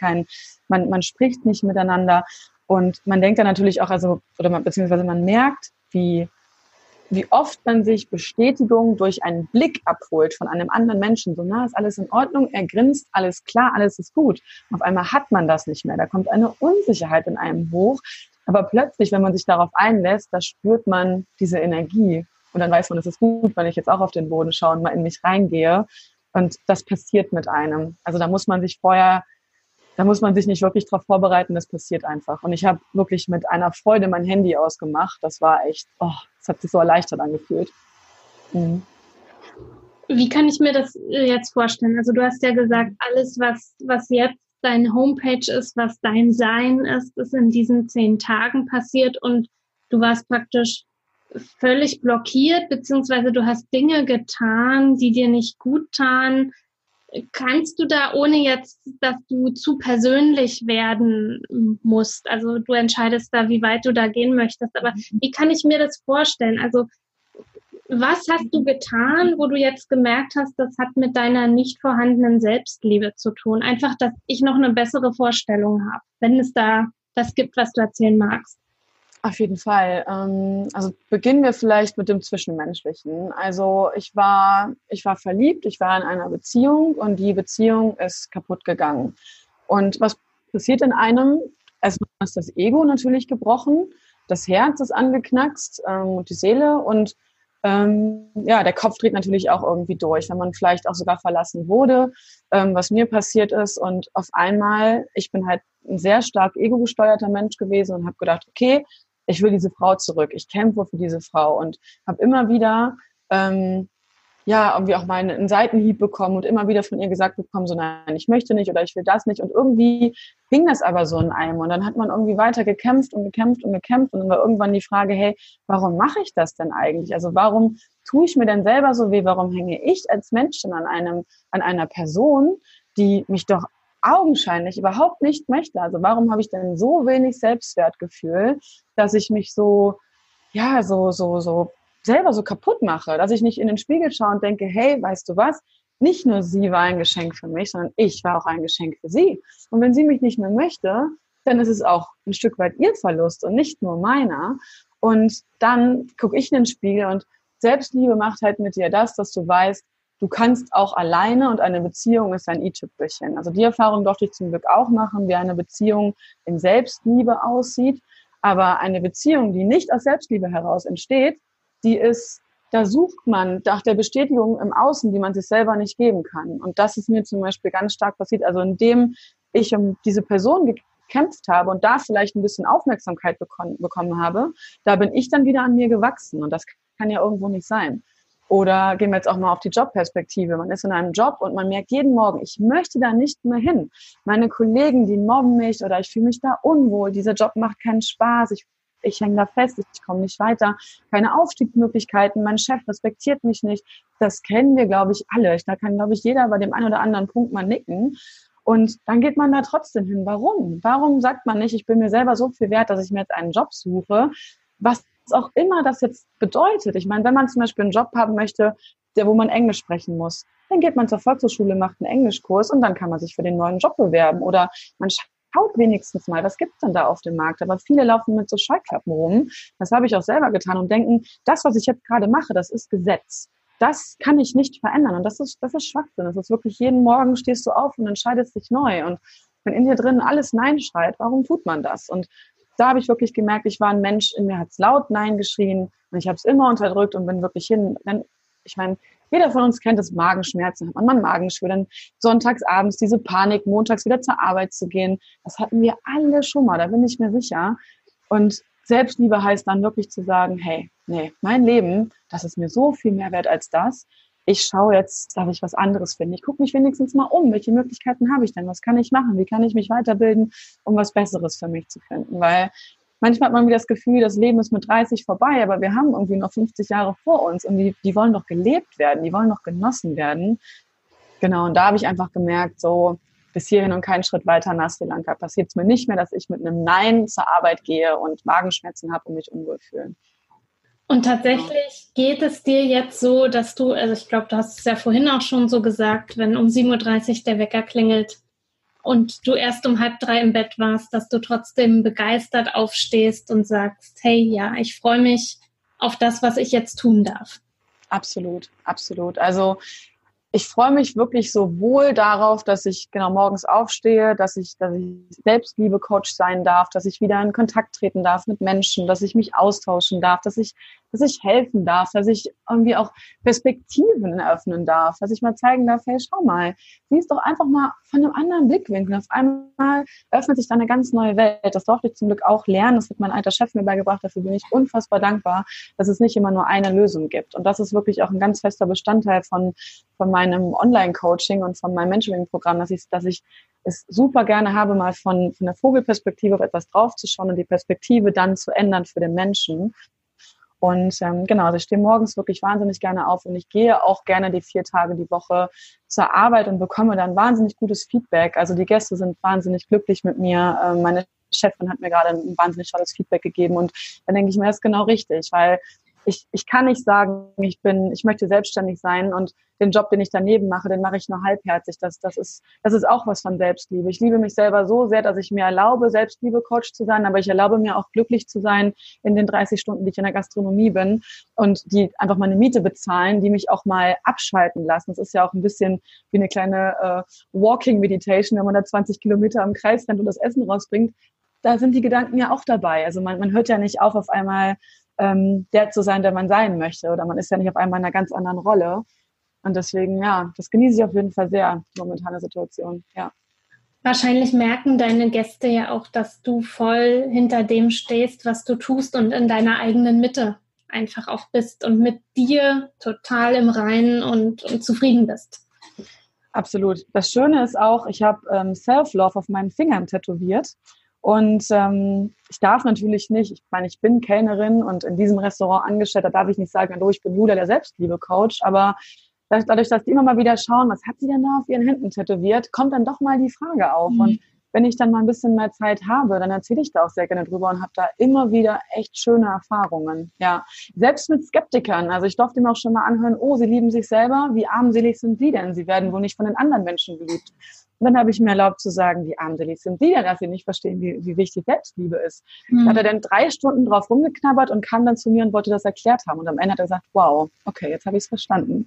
man spricht nicht miteinander. Und man denkt dann natürlich auch, beziehungsweise man merkt, wie oft man sich Bestätigung durch einen Blick abholt von einem anderen Menschen. So, na, ist alles in Ordnung, er grinst, alles klar, alles ist gut. Auf einmal hat man das nicht mehr. Da kommt eine Unsicherheit in einem hoch. Aber plötzlich, wenn man sich darauf einlässt, da spürt man diese Energie. Und dann weiß man, es ist gut, wenn ich jetzt auch auf den Boden schaue und mal in mich reingehe. Und das passiert mit einem. Also da muss man sich nicht wirklich darauf vorbereiten, das passiert einfach. Und ich habe wirklich mit einer Freude mein Handy ausgemacht. Das war echt, das hat sich so erleichtert angefühlt. Mhm. Wie kann ich mir das jetzt vorstellen? Also du hast ja gesagt, alles, was jetzt deine Homepage ist, was dein Sein ist in diesen 10 Tagen passiert und du warst praktisch völlig blockiert, beziehungsweise du hast Dinge getan, die dir nicht gut taten. Kannst du da, ohne jetzt, dass du zu persönlich werden musst, also du entscheidest da, wie weit du da gehen möchtest, aber wie kann ich mir das vorstellen? Also was hast du getan, wo du jetzt gemerkt hast, das hat mit deiner nicht vorhandenen Selbstliebe zu tun? Einfach, dass ich noch eine bessere Vorstellung habe, wenn es da was gibt, was du erzählen magst. Auf jeden Fall. Also beginnen wir vielleicht mit dem Zwischenmenschlichen. Also ich war verliebt, ich war in einer Beziehung und die Beziehung ist kaputt gegangen. Und was passiert in einem? Erstmal ist das Ego natürlich gebrochen, das Herz ist angeknackst und die Seele und der Kopf dreht natürlich auch irgendwie durch, wenn man vielleicht auch sogar verlassen wurde, was mir passiert ist. Und auf einmal, ich bin halt ein sehr stark ego-gesteuerter Mensch gewesen und habe gedacht, okay, ich will diese Frau zurück, ich kämpfe für diese Frau und habe immer wieder irgendwie auch mal einen Seitenhieb bekommen und immer wieder von ihr gesagt bekommen, so nein, ich möchte nicht oder ich will das nicht. Und irgendwie hing das aber so in einem. Und dann hat man irgendwie weiter gekämpft und gekämpft und gekämpft. Und dann war irgendwann die Frage, hey, warum mache ich das denn eigentlich? Also warum tue ich mir denn selber so weh? Warum hänge ich als Mensch denn an einer Person, die mich doch augenscheinlich überhaupt nicht möchte? Also warum habe ich denn so wenig Selbstwertgefühl, dass ich mich so selber so kaputt mache, dass ich nicht in den Spiegel schaue und denke, hey, weißt du was? Nicht nur sie war ein Geschenk für mich, sondern ich war auch ein Geschenk für sie. Und wenn sie mich nicht mehr möchte, dann ist es auch ein Stück weit ihr Verlust und nicht nur meiner. Und dann gucke ich in den Spiegel und Selbstliebe macht halt mit dir das, dass du weißt, du kannst auch alleine und eine Beziehung ist ein i-Tüpfelchen. Also die Erfahrung durfte ich zum Glück auch machen, wie eine Beziehung in Selbstliebe aussieht. Aber eine Beziehung, die nicht aus Selbstliebe heraus entsteht, da sucht man nach der Bestätigung im Außen, die man sich selber nicht geben kann. Und das ist mir zum Beispiel ganz stark passiert. Also in dem ich um diese Person gekämpft habe und da vielleicht ein bisschen Aufmerksamkeit bekommen habe, da bin ich dann wieder an mir gewachsen und das kann ja irgendwo nicht sein. Oder gehen wir jetzt auch mal auf die Jobperspektive. Man ist in einem Job und man merkt jeden Morgen, ich möchte da nicht mehr hin. Meine Kollegen, die mobben mich oder ich fühle mich da unwohl. Dieser Job macht keinen Spaß. Ich hänge da fest, ich komme nicht weiter. Keine Aufstiegsmöglichkeiten, mein Chef respektiert mich nicht. Das kennen wir, glaube ich, alle. Da kann, glaube ich, jeder bei dem einen oder anderen Punkt mal nicken. Und dann geht man da trotzdem hin. Warum? Warum sagt man nicht, ich bin mir selber so viel wert, dass ich mir jetzt einen Job suche, was auch immer das jetzt bedeutet. Ich meine, wenn man zum Beispiel einen Job haben möchte, wo man Englisch sprechen muss, dann geht man zur Volkshochschule, macht einen Englischkurs und dann kann man sich für den neuen Job bewerben. Oder man schaut wenigstens mal, was gibt es denn da auf dem Markt? Aber viele laufen mit so Scheuklappen rum. Das habe ich auch selber getan und denken, das, was ich jetzt gerade mache, das ist Gesetz. Das kann ich nicht verändern. Und das ist Schwachsinn. Das ist wirklich, jeden Morgen stehst du auf und entscheidest dich neu. Und wenn in dir drin alles Nein schreit, warum tut man das? Und da habe ich wirklich gemerkt, ich war ein Mensch, in mir hat es laut Nein geschrien und ich habe es immer unterdrückt und bin wirklich ich meine, jeder von uns kennt das Magenschmerzen, hat man Magengeschwür, dann sonntags abends diese Panik, montags wieder zur Arbeit zu gehen, das hatten wir alle schon mal, da bin ich mir sicher. Und Selbstliebe heißt dann wirklich zu sagen, hey, nee, mein Leben, das ist mir so viel mehr wert als das. Ich schaue jetzt, dass ich was anderes finde. Ich gucke mich wenigstens mal um. Welche Möglichkeiten habe ich denn? Was kann ich machen? Wie kann ich mich weiterbilden, um was Besseres für mich zu finden? Weil manchmal hat man wieder das Gefühl, das Leben ist mit 30 vorbei, aber wir haben irgendwie noch 50 Jahre vor uns und die wollen doch gelebt werden, die wollen doch genossen werden. Genau, und da habe ich einfach gemerkt, so bis hierhin und keinen Schritt weiter nach Sri Lanka passiert es mir nicht mehr, dass ich mit einem Nein zur Arbeit gehe und Magenschmerzen habe und mich unwohl fühle. Und tatsächlich geht es dir jetzt so, dass du, also ich glaube, du hast es ja vorhin auch schon so gesagt, wenn um 7.30 Uhr der Wecker klingelt und du erst um 2:30 im Bett warst, dass du trotzdem begeistert aufstehst und sagst, hey, ja, ich freue mich auf das, was ich jetzt tun darf. Absolut, absolut. Also ich freue mich wirklich so wohl darauf, dass ich genau morgens aufstehe, dass ich Selbstliebe-Coach sein darf, dass ich wieder in Kontakt treten darf mit Menschen, dass ich mich austauschen darf, dass ich helfen darf, dass ich irgendwie auch Perspektiven eröffnen darf, dass ich mal zeigen darf, hey, schau mal, sieh es doch einfach mal von einem anderen Blickwinkel. Auf einmal öffnet sich da eine ganz neue Welt. Das durfte ich zum Glück auch lernen. Das hat mein alter Chef mir beigebracht. Dafür bin ich unfassbar dankbar, dass es nicht immer nur eine Lösung gibt. Und das ist wirklich auch ein ganz fester Bestandteil von meinem Online-Coaching und von meinem Mentoring-Programm, dass ich es super gerne habe, mal von der Vogelperspektive auf etwas draufzuschauen und die Perspektive dann zu ändern für den Menschen. Und genau, also ich stehe morgens wirklich wahnsinnig gerne auf und ich gehe auch gerne die 4 Tage die Woche zur Arbeit und bekomme dann wahnsinnig gutes Feedback. Also die Gäste sind wahnsinnig glücklich mit mir. Meine Chefin hat mir gerade ein wahnsinnig tolles Feedback gegeben und dann denke ich mir, das ist genau richtig, weil ich kann nicht sagen, ich möchte selbstständig sein und den Job, den ich daneben mache, den mache ich nur halbherzig. Das ist auch was von Selbstliebe. Ich liebe mich selber so sehr, dass ich mir erlaube, Selbstliebe-Coach zu sein, aber ich erlaube mir auch glücklich zu sein in den 30 Stunden, die ich in der Gastronomie bin und die einfach meine Miete bezahlen, die mich auch mal abschalten lassen. Das ist ja auch ein bisschen wie eine kleine Walking Meditation, wenn man da 20 Kilometer im Kreis rennt und das Essen rausbringt. Da sind die Gedanken ja auch dabei. Also man hört ja nicht auf einmal der zu sein, der man sein möchte. Oder man ist ja nicht auf einmal in einer ganz anderen Rolle. Und deswegen, ja, das genieße ich auf jeden Fall sehr, die momentane Situation, ja. Wahrscheinlich merken deine Gäste ja auch, dass du voll hinter dem stehst, was du tust und in deiner eigenen Mitte einfach auch bist und mit dir total im Reinen und zufrieden bist. Absolut. Das Schöne ist auch, ich habe Self-Love auf meinen Fingern tätowiert. Und ich darf natürlich nicht, ich meine, ich bin Kellnerin und in diesem Restaurant angestellt, da darf ich nicht sagen, hallo, ich bin Julia, der Selbstliebe-Coach, aber dadurch, dass die immer mal wieder schauen, was hat sie denn da auf ihren Händen tätowiert, kommt dann doch mal die Frage auf. Und wenn ich dann mal ein bisschen mehr Zeit habe, dann erzähle ich da auch sehr gerne drüber und habe da immer wieder echt schöne Erfahrungen. Ja, selbst mit Skeptikern. Also ich durfte mir auch schon mal anhören, oh, sie lieben sich selber, wie armselig sind sie denn? Sie werden wohl nicht von den anderen Menschen geliebt. Und dann habe ich mir erlaubt zu sagen, wie armselig sind die denn, dass sie nicht verstehen, wie wichtig Selbstliebe ist. Da hat er dann 3 Stunden drauf rumgeknabbert und kam dann zu mir und wollte das erklärt haben. Und am Ende hat er gesagt, wow, okay, jetzt habe ich es verstanden.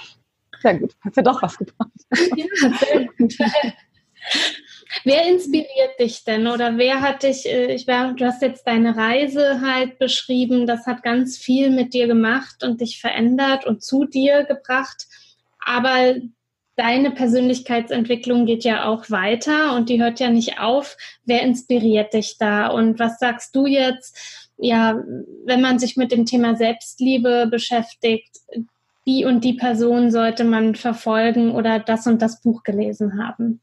Sehr gut, hat ja doch was gebracht. Ja, sehr gut. Wer inspiriert dich denn oder wer hat dich, du hast jetzt deine Reise halt beschrieben, das hat ganz viel mit dir gemacht und dich verändert und zu dir gebracht, aber deine Persönlichkeitsentwicklung geht ja auch weiter und die hört ja nicht auf. Wer inspiriert dich da? Und was sagst du jetzt, ja, wenn man sich mit dem Thema Selbstliebe beschäftigt, die und die Person sollte man verfolgen oder das und das Buch gelesen haben?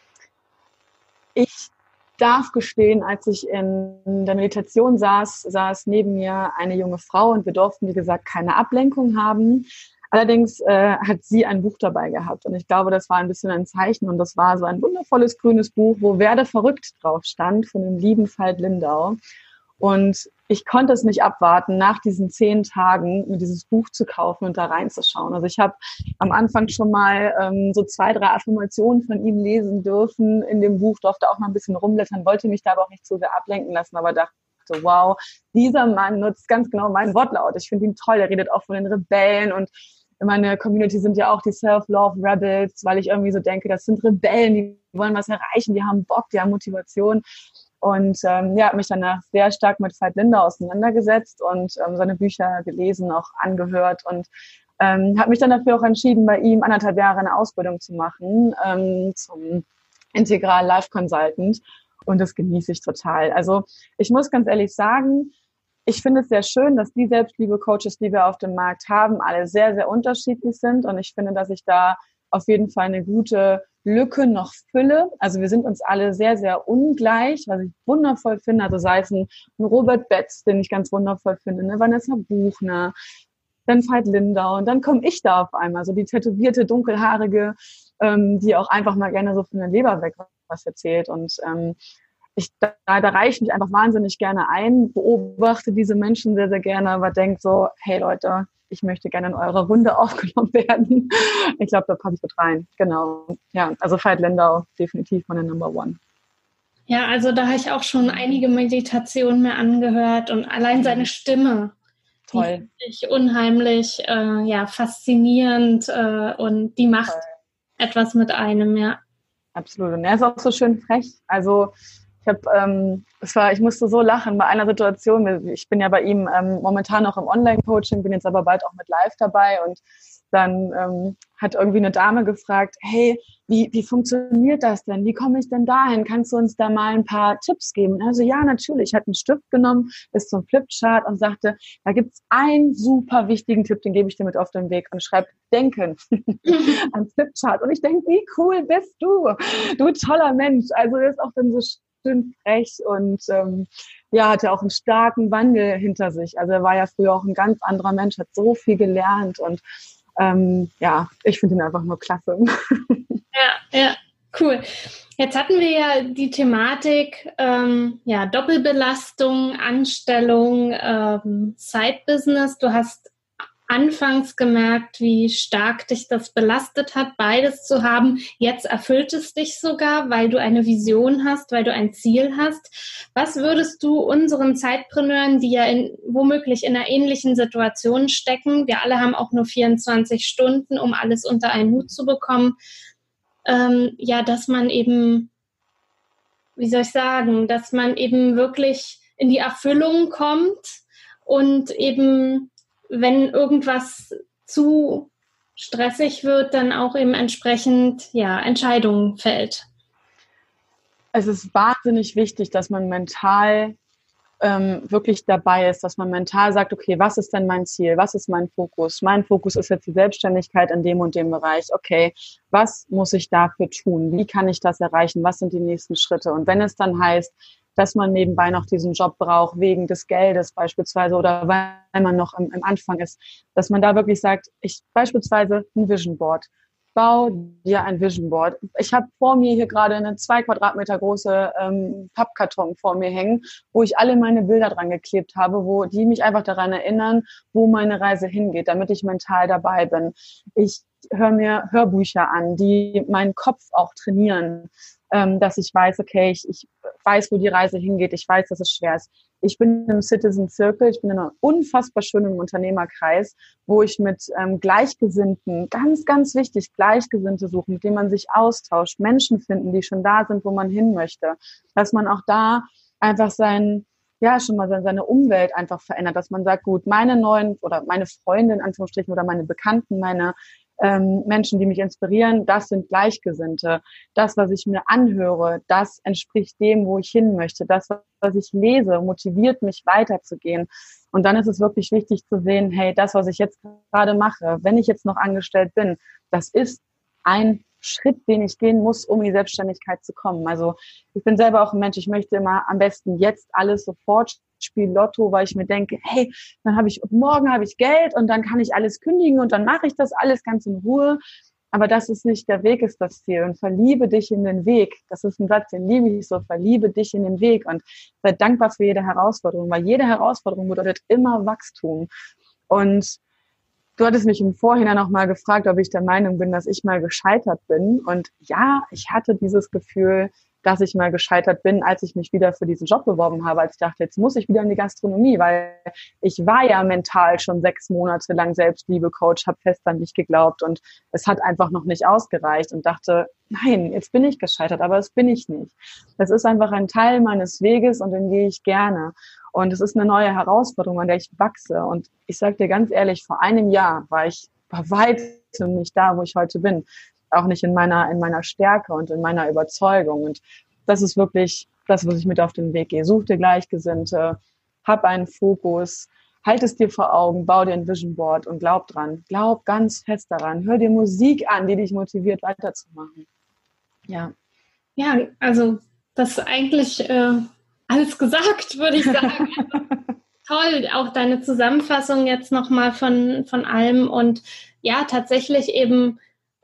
Ich darf gestehen, als ich in der Meditation saß neben mir eine junge Frau und wir durften, wie gesagt, keine Ablenkung haben. Allerdings hat sie ein Buch dabei gehabt und ich glaube, das war ein bisschen ein Zeichen und das war so ein wundervolles grünes Buch, wo Werde verrückt drauf stand von dem lieben Veit Lindau. Und ich konnte es nicht abwarten, nach diesen 10 Tagen mir dieses Buch zu kaufen und da reinzuschauen. Also ich habe am Anfang schon mal so 2, 3 Affirmationen von ihm lesen dürfen in dem Buch, durfte auch mal ein bisschen rumblättern, wollte mich da aber auch nicht so sehr ablenken lassen, aber dachte, wow, dieser Mann nutzt ganz genau meinen Wortlaut. Ich finde ihn toll, er redet auch von den Rebellen und in meiner Community sind ja auch die Self-Love-Rebels, weil ich irgendwie so denke, das sind Rebellen, die wollen was erreichen, die haben Bock, die haben Motivation. Und habe mich danach sehr stark mit Veit Lindau auseinandergesetzt und seine Bücher gelesen, auch angehört und habe mich dann dafür auch entschieden, bei ihm 1,5 Jahre eine Ausbildung zu machen zum Integral Life Consultant und das genieße ich total. Also ich muss ganz ehrlich sagen, ich finde es sehr schön, dass die Selbstliebe-Coaches, die wir auf dem Markt haben, alle sehr, sehr unterschiedlich sind und ich finde, dass ich da auf jeden Fall eine gute Lücke noch fülle. Also wir sind uns alle sehr, sehr ungleich, was ich wundervoll finde. Also sei es ein Robert Betz, den ich ganz wundervoll finde, eine Vanessa Buchner, dann Veit Lindau und dann komme ich da auf einmal, so die tätowierte, dunkelhaarige, die auch einfach mal gerne so von der Leber weg was erzählt und da reiche ich mich einfach wahnsinnig gerne ein, beobachte diese Menschen sehr, sehr gerne, aber denke so, hey Leute, ich möchte gerne in eurer Runde aufgenommen werden. Ich glaube, da passe ich gut rein. Genau. Ja, also Veit Lindau, definitiv meine Number One. Ja, also da habe ich auch schon einige Meditationen mir angehört und allein seine Stimme. Toll. Die finde ich unheimlich faszinierend und die macht etwas mit einem, ja. Absolut. Und er ist auch so schön frech. Also ich musste so lachen bei einer Situation. Ich bin ja bei ihm momentan noch im Online-Coaching, bin jetzt aber bald auch mit Live dabei und dann hat irgendwie eine Dame gefragt, hey, wie funktioniert das denn? Wie komme ich denn dahin? Kannst du uns da mal ein paar Tipps geben? Also ja, natürlich. Ich hatte einen Stift genommen, ist zum Flipchart und sagte, da gibt's einen super wichtigen Tipp, den gebe ich dir mit auf den Weg und schreibt Denken ans Flipchart. Und ich denke, wie cool bist du? Du toller Mensch. Also er ist auch dann so schön frech und hatte auch einen starken Wandel hinter sich. Also er war ja früher auch ein ganz anderer Mensch, hat so viel gelernt und ich finde ihn einfach nur klasse. Ja, cool. Jetzt hatten wir ja die Thematik Doppelbelastung, Anstellung, Side-Business. Du hast anfangs gemerkt, wie stark dich das belastet hat, beides zu haben. Jetzt erfüllt es dich sogar, weil du eine Vision hast, weil du ein Ziel hast. Was würdest du unseren Zeitpreneuren, die ja womöglich in einer ähnlichen Situation stecken, wir alle haben auch nur 24 Stunden, um alles unter einen Hut zu bekommen, dass man eben, dass man eben wirklich in die Erfüllung kommt und eben wenn irgendwas zu stressig wird, dann auch eben entsprechend Entscheidungen fällt. Es ist wahnsinnig wichtig, dass man mental wirklich dabei ist, dass man mental sagt, okay, was ist denn mein Ziel? Was ist mein Fokus? Mein Fokus ist jetzt die Selbstständigkeit in dem und dem Bereich. Okay, was muss ich dafür tun? Wie kann ich das erreichen? Was sind die nächsten Schritte? Und wenn es dann heißt, dass man nebenbei noch diesen Job braucht, wegen des Geldes beispielsweise oder weil man noch im Anfang ist, dass man da wirklich sagt, beispielsweise ein Vision Board. Bau dir ein Vision Board. Ich habe vor mir hier gerade eine 2 Quadratmeter große Pappkarton vor mir hängen, wo ich alle meine Bilder dran geklebt habe, die mich einfach daran erinnern, wo meine Reise hingeht, damit ich mental dabei bin. Ich höre mir Hörbücher an, die meinen Kopf auch trainieren, dass ich weiß, okay, ich weiß, wo die Reise hingeht, ich weiß, dass es schwer ist. Ich bin im Citizen Circle, ich bin in einem unfassbar schönen Unternehmerkreis, wo ich mit Gleichgesinnten, ganz, ganz wichtig, Gleichgesinnte suchen, mit denen man sich austauscht, Menschen finden, die schon da sind, wo man hin möchte, dass man auch da einfach seine Umwelt einfach verändert, dass man sagt, gut, meine neuen oder meine Freunde in Anführungsstrichen oder meine Bekannten, meine Menschen, die mich inspirieren, das sind Gleichgesinnte. Das, was ich mir anhöre, das entspricht dem, wo ich hin möchte. Das, was ich lese, motiviert mich weiterzugehen. Und dann ist es wirklich wichtig zu sehen, hey, das, was ich jetzt gerade mache, wenn ich jetzt noch angestellt bin, das ist ein Schritt, den ich gehen muss, um in die Selbstständigkeit zu kommen. Also ich bin selber auch ein Mensch, ich möchte immer am besten jetzt alles sofort, spiele Lotto, weil ich mir denke, hey, morgen habe ich Geld und dann kann ich alles kündigen und dann mache ich das alles ganz in Ruhe. Aber das ist nicht der Weg, ist das Ziel. Und verliebe dich in den Weg. Das ist ein Satz, den liebe ich so. Verliebe dich in den Weg und sei dankbar für jede Herausforderung, weil jede Herausforderung bedeutet immer Wachstum. Und du hattest mich im Vorhinein noch mal gefragt, ob ich der Meinung bin, dass ich mal gescheitert bin. Und ja, ich hatte dieses Gefühl, dass ich mal gescheitert bin, als ich mich wieder für diesen Job beworben habe, als ich dachte, jetzt muss ich wieder in die Gastronomie, weil ich war ja mental schon 6 Monate lang Selbstliebe-Coach, habe fest an mich geglaubt und es hat einfach noch nicht ausgereicht und dachte, nein, jetzt bin ich gescheitert, aber das bin ich nicht. Das ist einfach ein Teil meines Weges und den gehe ich gerne. Und es ist eine neue Herausforderung, an der ich wachse. Und ich sage dir ganz ehrlich, vor einem Jahr war ich bei weitem nicht da, wo ich heute bin. Auch nicht in meiner Stärke und in meiner Überzeugung. Und das ist wirklich das, was ich mit auf den Weg gehe. Such dir Gleichgesinnte, hab einen Fokus, halt es dir vor Augen, bau dir ein Vision Board und glaub dran. Glaub ganz fest daran. Hör dir Musik an, die dich motiviert, weiterzumachen. Ja. Ja, also das ist eigentlich alles gesagt, würde ich sagen. Toll, auch deine Zusammenfassung jetzt nochmal von allem. Und ja, tatsächlich eben,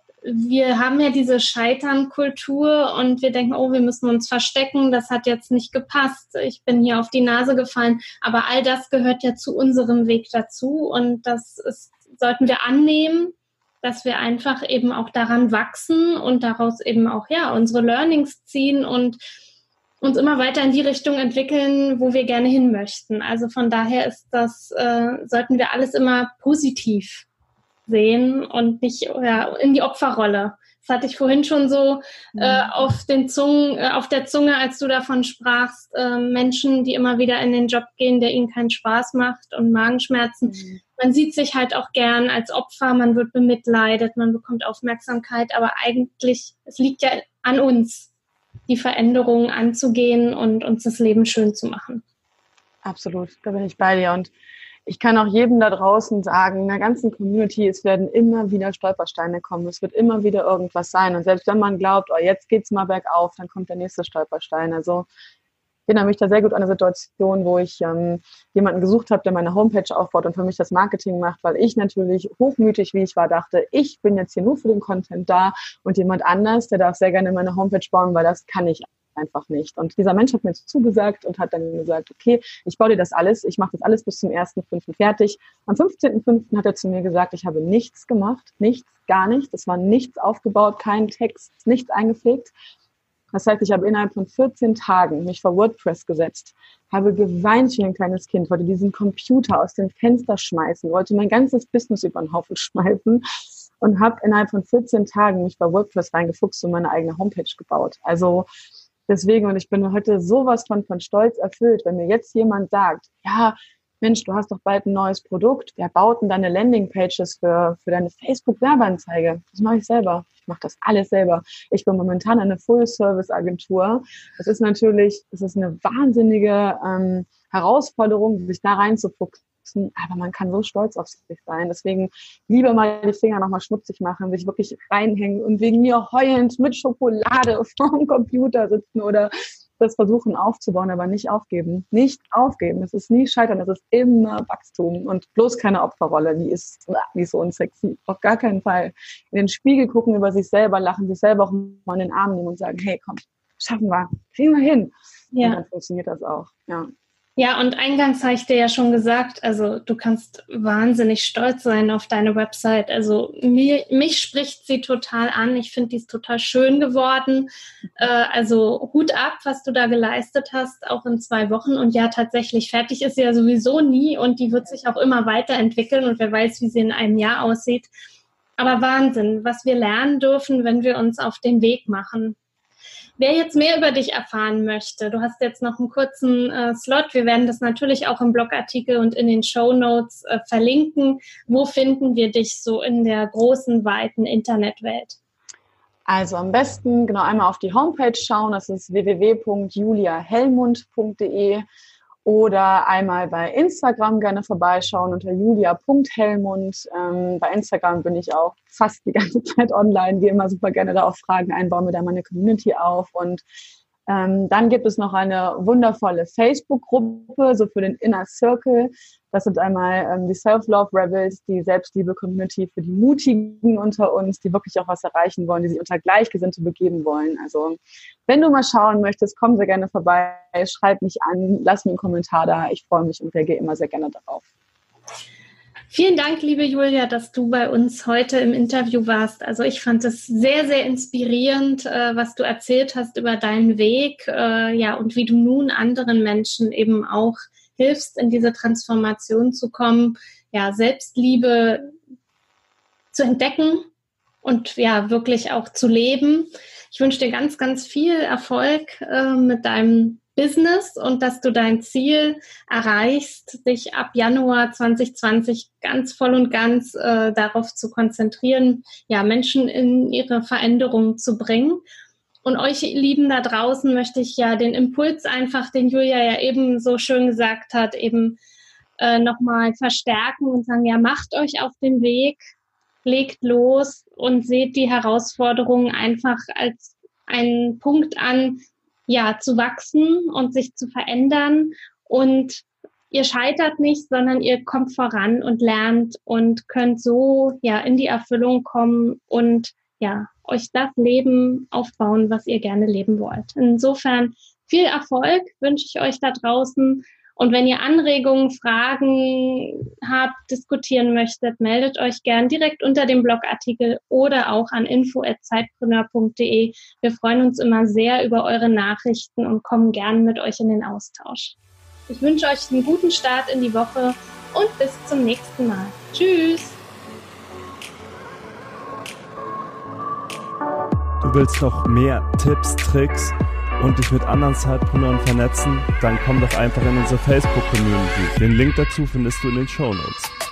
wir haben ja diese Scheitern-Kultur und wir denken, oh, wir müssen uns verstecken, das hat jetzt nicht gepasst, ich bin hier auf die Nase gefallen. Aber all das gehört ja zu unserem Weg dazu und sollten wir annehmen, dass wir einfach eben auch daran wachsen und daraus eben auch unsere Learnings ziehen und uns immer weiter in die Richtung entwickeln, wo wir gerne hin möchten. Also von daher sollten wir alles immer positiv sehen und nicht in die Opferrolle. Das hatte ich vorhin schon so auf der Zunge, als du davon sprachst, Menschen, die immer wieder in den Job gehen, der ihnen keinen Spaß macht und Magenschmerzen. Mhm. Man sieht sich halt auch gern als Opfer, man wird bemitleidet, man bekommt Aufmerksamkeit, aber eigentlich, es liegt ja an uns, die Veränderungen anzugehen und uns das Leben schön zu machen. Absolut, da bin ich bei dir. Und ich kann auch jedem da draußen sagen, in der ganzen Community, es werden immer wieder Stolpersteine kommen. Es wird immer wieder irgendwas sein. Und selbst wenn man glaubt, oh, jetzt geht's mal bergauf, dann kommt der nächste Stolperstein. Also ich erinnere mich da sehr gut an eine Situation, wo ich jemanden gesucht habe, der meine Homepage aufbaut und für mich das Marketing macht, weil ich natürlich hochmütig, wie ich war, dachte, ich bin jetzt hier nur für den Content da und jemand anders, der darf sehr gerne meine Homepage bauen, weil das kann ich einfach nicht. Und dieser Mensch hat mir zugesagt und hat dann gesagt, okay, ich baue dir das alles, ich mache das alles bis zum 1.5. fertig. Am 15.5. hat er zu mir gesagt, ich habe nichts gemacht, nichts, gar nichts, es war nichts aufgebaut, kein Text, nichts eingepflegt. Das heißt, ich habe innerhalb von 14 Tagen mich vor WordPress gesetzt, habe geweint wie ein kleines Kind, wollte diesen Computer aus dem Fenster schmeißen, wollte mein ganzes Business über den Haufen schmeißen und habe innerhalb von 14 Tagen mich bei WordPress reingefuchst und meine eigene Homepage gebaut. Also deswegen, und ich bin heute sowas von Stolz erfüllt, wenn mir jetzt jemand sagt, ja, Mensch, du hast doch bald ein neues Produkt, wer baut denn deine Landingpages für deine Facebook-Werbeanzeige? Das mache ich selber. Ich mache das alles selber. Ich bin momentan eine Full-Service-Agentur. Das ist eine wahnsinnige Herausforderung, sich da reinzufuchsen. Aber man kann so stolz auf sich sein. Deswegen lieber mal die Finger nochmal schmutzig machen, sich wirklich reinhängen und wegen mir heulend mit Schokolade vorm Computer sitzen oder das versuchen aufzubauen, aber nicht aufgeben. Nicht aufgeben. Es ist nie scheitern, es ist immer Wachstum und bloß keine Opferrolle, die ist so unsexy. Auf gar keinen Fall. In den Spiegel gucken, über sich selber lachen, sich selber auch mal in den Arm nehmen und sagen, hey, komm, schaffen wir, kriegen wir hin. Ja. Und dann funktioniert das auch, ja. Ja, und eingangs habe ich dir ja schon gesagt, also du kannst wahnsinnig stolz sein auf deine Website. Also mich spricht sie total an. Ich finde, die ist total schön geworden. Also Hut ab, was du da geleistet hast, auch in 2 Wochen. Und ja, tatsächlich, fertig ist sie ja sowieso nie und die wird sich auch immer weiterentwickeln und wer weiß, wie sie in einem Jahr aussieht. Aber Wahnsinn, was wir lernen dürfen, wenn wir uns auf den Weg machen. Wer jetzt mehr über dich erfahren möchte, du hast jetzt noch einen kurzen Slot. Wir werden das natürlich auch im Blogartikel und in den Shownotes verlinken. Wo finden wir dich so in der großen, weiten Internetwelt? Also am besten einmal auf die Homepage schauen. Das ist www.juliahellmund.de. Oder einmal bei Instagram gerne vorbeischauen unter julia.hellmund. Bei Instagram bin ich auch fast die ganze Zeit online, gehe immer super gerne da auf Fragen ein, baue mir da meine Community auf. Und dann gibt es noch eine wundervolle Facebook-Gruppe, so für den Inner Circle. Das sind einmal die Self-Love Rebels, die Selbstliebe-Community für die Mutigen unter uns, die wirklich auch was erreichen wollen, die sich unter Gleichgesinnte begeben wollen. Also wenn du mal schauen möchtest, komm sehr gerne vorbei, schreib mich an, lass mir einen Kommentar da. Ich freue mich und reagiere immer sehr gerne darauf. Vielen Dank, liebe Julia, dass du bei uns heute im Interview warst. Also ich fand es sehr, sehr inspirierend, was du erzählt hast über deinen Weg, und wie du nun anderen Menschen eben auch hilfst, in diese Transformation zu kommen, Selbstliebe zu entdecken und wirklich auch zu leben. Ich wünsche dir ganz, ganz viel Erfolg mit deinem Business und dass du dein Ziel erreichst, dich ab Januar 2020 ganz voll und ganz darauf zu konzentrieren, Menschen in ihre Veränderung zu bringen. Und euch Lieben da draußen möchte ich den Impuls einfach, den Julia eben so schön gesagt hat, eben nochmal verstärken und sagen, macht euch auf den Weg, legt los und seht die Herausforderungen einfach als einen Punkt an, zu wachsen und sich zu verändern. Und ihr scheitert nicht, sondern ihr kommt voran und lernt und könnt so in die Erfüllung kommen und euch das Leben aufbauen, was ihr gerne leben wollt. Insofern viel Erfolg wünsche ich euch da draußen. Und wenn ihr Anregungen, Fragen habt, diskutieren möchtet, meldet euch gern direkt unter dem Blogartikel oder auch an info@zeitpreneur.de. Wir freuen uns immer sehr über eure Nachrichten und kommen gern mit euch in den Austausch. Ich wünsche euch einen guten Start in die Woche und bis zum nächsten Mal. Tschüss! Du willst noch mehr Tipps, Tricks und dich mit anderen Zeitpreneuren vernetzen? Dann komm doch einfach in unsere Facebook-Community. Den Link dazu findest du in den Shownotes.